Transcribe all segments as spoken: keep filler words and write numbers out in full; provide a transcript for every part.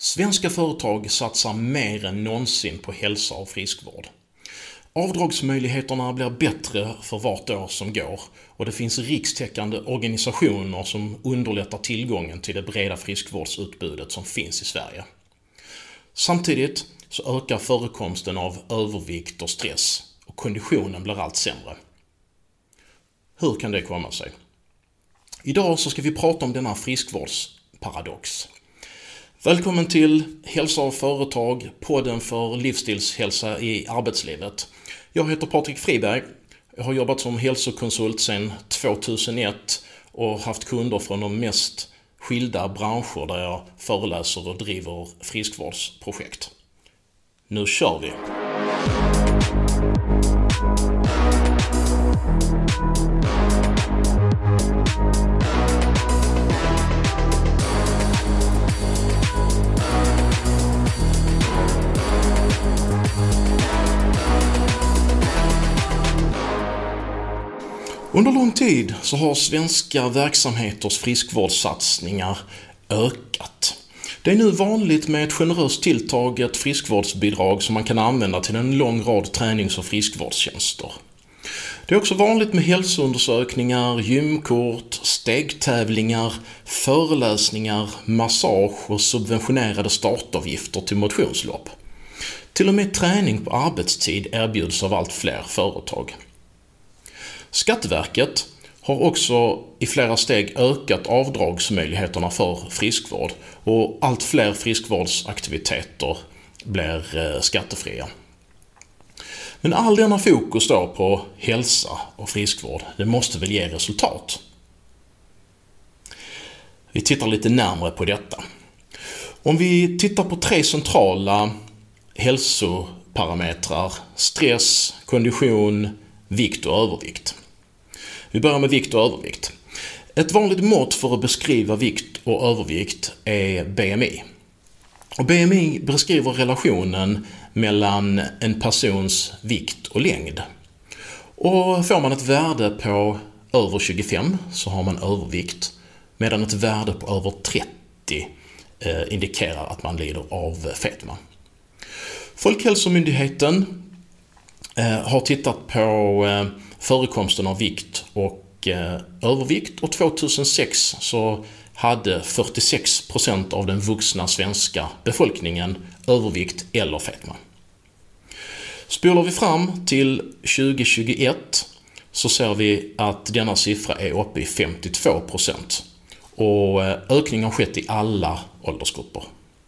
Svenska företag satsar mer än någonsin på hälsa och friskvård. Avdragsmöjligheterna blir bättre för vart år som går och det finns rikstäckande organisationer som underlättar tillgången till det breda friskvårdsutbudet som finns i Sverige. Samtidigt så ökar förekomsten av övervikt och stress och konditionen blir allt sämre. Hur kan det komma sig? Idag så ska vi prata om denna friskvårdsparadox. Välkommen till Hälsa och företag, podden för livsstilshälsa i arbetslivet. Jag heter Patrik Friberg. Jag har jobbat som hälsokonsult sedan tvåtusenett och haft kunder från de mest skilda branscher där jag föreläser och driver friskvårdsprojekt. Nu kör vi! Under lång tid så har svenska verksamheters friskvårdssatsningar ökat. Det är nu vanligt med ett generöst tilltaget friskvårdsbidrag som man kan använda till en lång rad tränings- och friskvårdstjänster. Det är också vanligt med hälsoundersökningar, gymkort, stegtävlingar, föreläsningar, massage och subventionerade startavgifter till motionslopp. Till och med träning på arbetstid erbjuds av allt fler företag. Skatteverket har också i flera steg ökat avdragsmöjligheterna för friskvård och allt fler friskvårdsaktiviteter blir skattefria. Men all denna fokus då på hälsa och friskvård, det måste väl ge resultat? Vi tittar lite närmare på detta. Om vi tittar på tre centrala hälsoparametrar: stress, kondition, vikt och övervikt. Vi börjar med vikt och övervikt. Ett vanligt mått för att beskriva vikt och övervikt är B M I. Och B M I beskriver relationen mellan en persons vikt och längd. Och får man ett värde på över tjugofem så har man övervikt, medan ett värde på över trettio eh, indikerar att man lider av fetma. Folkhälsomyndigheten eh, har tittat på eh, förekomsten av vikt och eh, övervikt, och tjugohundrasex så hade fyrtiosex procent av den vuxna svenska befolkningen övervikt eller fetma. Spolar vi fram till tjugohundratjugoett så ser vi att denna siffra är uppe i femtiotvå procent och ökning har skett i alla åldersgrupper.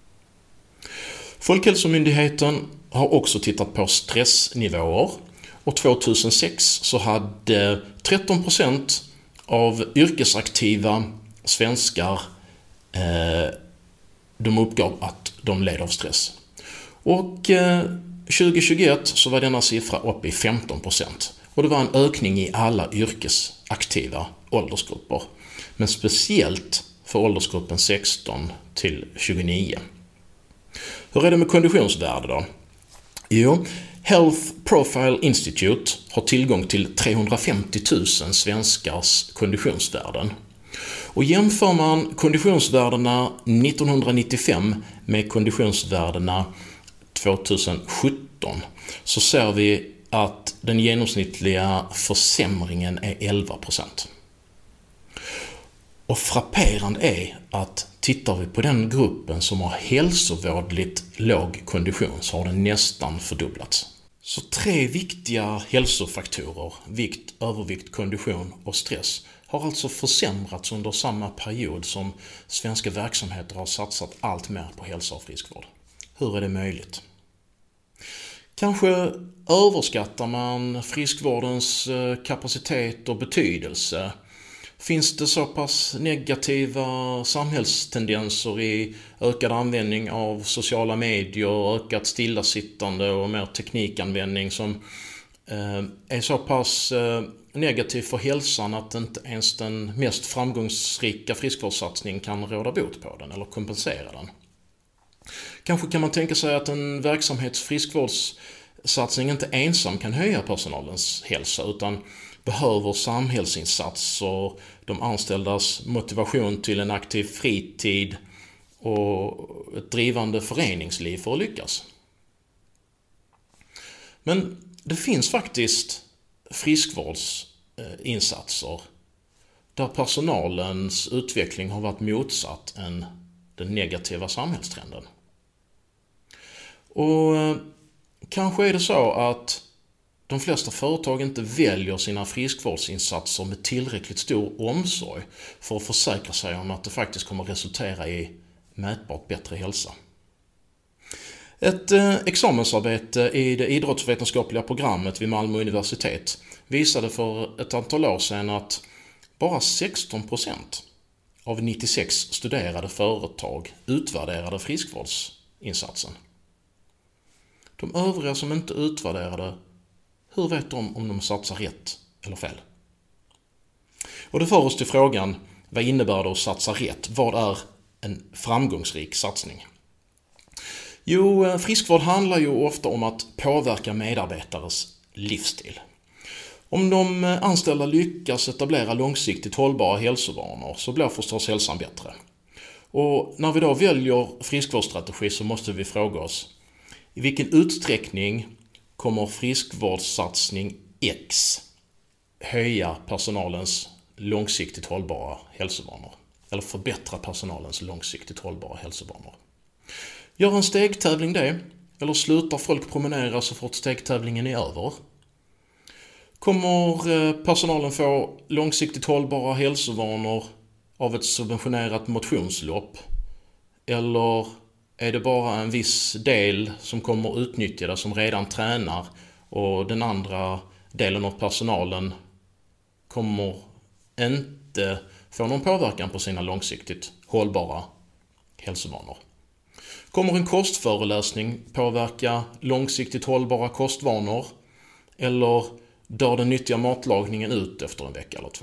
Folkhälsomyndigheten har också tittat på stressnivåer. Och tjugohundrasex så hade tretton procent av yrkesaktiva svenskar eh, de uppgav att de led av stress. Och eh, tjugohundratjugoett så var denna siffra uppe i femton procent. Och det var en ökning i alla yrkesaktiva åldersgrupper. Men speciellt för åldersgruppen sexton till tjugonio. Hur är det med konditionsvärde då? Jo, Health Profile Institute har tillgång till trehundrafemtio tusen svenskars konditionsvärden. Och jämför man konditionsvärdena nittonhundranittiofem med konditionsvärdena tjugosjutton så ser vi att den genomsnittliga försämringen är elva procent. Och frapperande är att tittar vi på den gruppen som har hälsovådligt låg kondition så har den nästan fördubblats. Så tre viktiga hälsofaktorer, vikt, övervikt, kondition och stress, har alltså försämrats under samma period som svenska verksamheter har satsat allt mer på hälsa och friskvård. Hur är det möjligt? Kanske överskattar man friskvårdens kapacitet och betydelse. Finns det så pass negativa samhällstendenser i ökad användning av sociala medier, ökat stillasittande och mer teknikanvändning som eh, är så pass eh, negativ för hälsan att inte ens den mest framgångsrika friskvårdssatsning kan råda bot på den eller kompensera den? Kanske kan man tänka sig att en verksamhets friskvårdssatsning inte ensam kan höja personalens hälsa utan behöver samhällsinsatser, de anställdas motivation till en aktiv fritid, och ett drivande föreningsliv för att lyckas. Men det finns faktiskt friskvårdsinsatser där personalens utveckling har varit motsatt än den negativa samhällstrenden. Och kanske är det så att de flesta företag inte väljer sina friskvårdsinsatser med tillräckligt stor omsorg för att försäkra sig om att det faktiskt kommer resultera i mätbart bättre hälsa. Ett eh, examensarbete i det idrottsvetenskapliga programmet vid Malmö universitet visade för ett antal år sedan att bara sexton procent av nittiosex studerade företag utvärderade friskvårdsinsatsen. De övriga som inte utvärderade, hur vet de om de satsar rätt eller fel? Och det för oss till frågan, vad innebär det att satsa rätt? Vad är en framgångsrik satsning? Jo, friskvård handlar ju ofta om att påverka medarbetares livsstil. Om de anställda lyckas etablera långsiktigt hållbara hälsovanor så blir förstås hälsan bättre. Och när vi då väljer friskvårdsstrategi så måste vi fråga oss, i vilken utsträckning kommer friskvårdssatsning X höja personalens långsiktigt hållbara hälsovanor? Eller förbättra personalens långsiktigt hållbara hälsovanor? Gör en stegtävling det? Eller slutar folk promenera så fort stegtävlingen är över? Kommer personalen få långsiktigt hållbara hälsovanor av ett subventionerat motionslopp? Eller är det bara en viss del som kommer utnyttja det som redan tränar och den andra delen av personalen kommer inte få någon påverkan på sina långsiktigt hållbara hälsovanor? Kommer en kostföreläsning påverka långsiktigt hållbara kostvanor? Eller dör den nyttiga matlagningen ut efter en vecka eller två?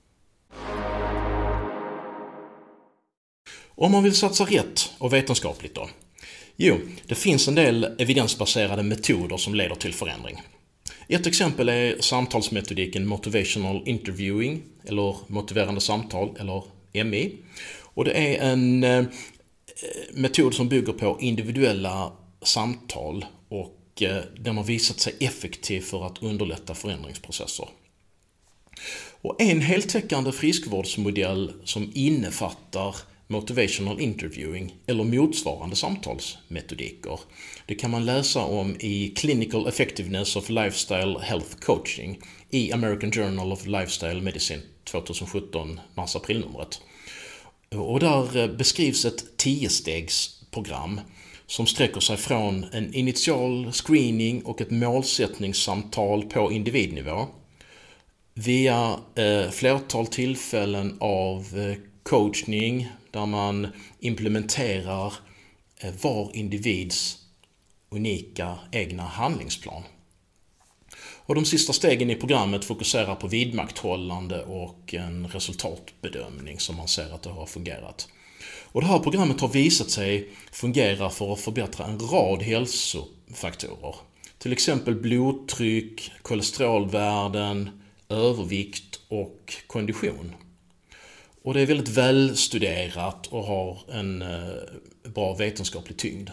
Om man vill satsa rätt och vetenskapligt då? Jo, det finns en del evidensbaserade metoder som leder till förändring. Ett exempel är samtalsmetodiken Motivational Interviewing eller motiverande samtal eller M I. Och det är en eh, metod som bygger på individuella samtal och eh, den har visat sig effektiv för att underlätta förändringsprocesser. Och en heltäckande friskvårdsmodell som innefattar Motivational Interviewing eller motsvarande samtalsmetodiker. Det kan man läsa om i Clinical Effectiveness of Lifestyle Health Coaching i American Journal of Lifestyle Medicine tjugosjutton, mars-april-numret. Och där beskrivs ett tio-stegsprogram som sträcker sig från en initial screening och ett målsättningssamtal på individnivå via eh, flertal tillfällen av eh, coachning där man implementerar eh, var individs unika egna handlingsplan. Och de sista stegen i programmet fokuserar på vidmakthållande och en resultatbedömning som man ser att det har fungerat. Och det här programmet har visat sig fungera för att förbättra en rad hälsofaktorer. Till exempel blodtryck, kolesterolvärden, övervikt och kondition. Och det är väldigt välstuderat och har en eh, bra vetenskaplig tyngd.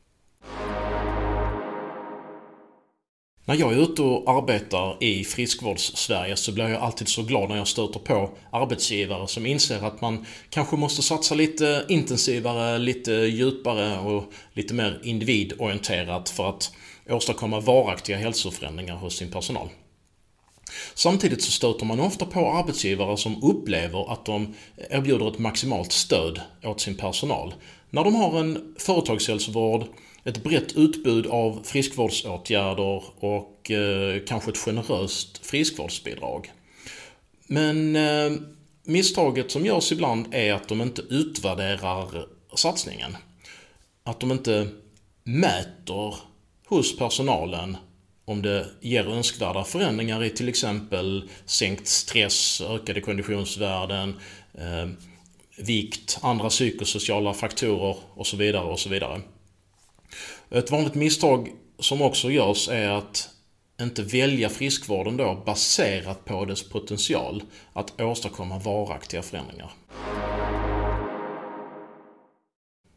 När jag är ute och arbetar i friskvårds-Sverige så blir jag alltid så glad när jag stöter på arbetsgivare som inser att man kanske måste satsa lite intensivare, lite djupare och lite mer individorienterat för att åstadkomma varaktiga hälsoförändringar hos sin personal. Samtidigt så stöter man ofta på arbetsgivare som upplever att de erbjuder ett maximalt stöd åt sin personal. När de har en företagshälsovård, ett brett utbud av friskvårdsåtgärder och eh, kanske ett generöst friskvårdsbidrag. Men eh, misstaget som görs ibland är att de inte utvärderar satsningen. Att de inte mäter hos personalen om det ger önskvärda förändringar i till exempel sänkt stress, ökade konditionsvärden, eh, vikt, andra psykosociala faktorer och så vidare och så vidare. Ett vanligt misstag som också görs är att inte välja friskvården då baserat på dess potential att åstadkomma varaktiga förändringar.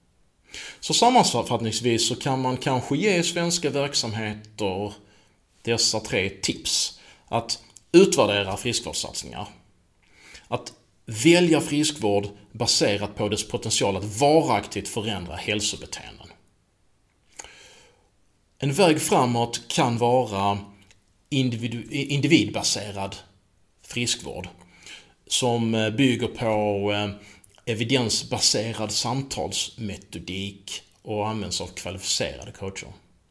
Så sammanfattningsvis så kan man kanske ge svenska verksamheter dessa tre tips. Att utvärdera friskvårdssatsningar. Att välja friskvård baserat på dess potential att varaktigt förändra hälsobeteenden. En väg framåt kan vara individu- individbaserad friskvård som bygger på evidensbaserad samtalsmetodik och används av kvalificerade coacher.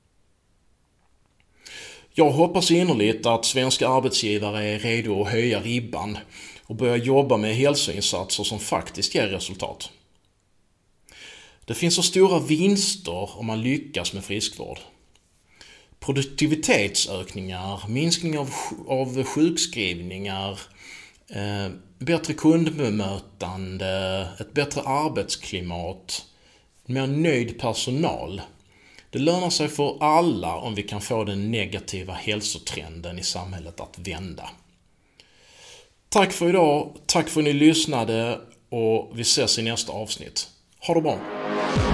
Jag hoppas innerligt att svenska arbetsgivare är redo att höja ribban och börja jobba med hälsoinsatser som faktiskt ger resultat. Det finns så stora vinster om man lyckas med friskvård. Produktivitetsökningar, minskning av, av sjukskrivningar, eh, bättre kundbemötande, ett bättre arbetsklimat, mer nöjd personal. Det lönar sig för alla om vi kan få den negativa hälsotrenden i samhället att vända. Tack för idag, tack för att ni lyssnade och vi ses i nästa avsnitt. Ha det bra!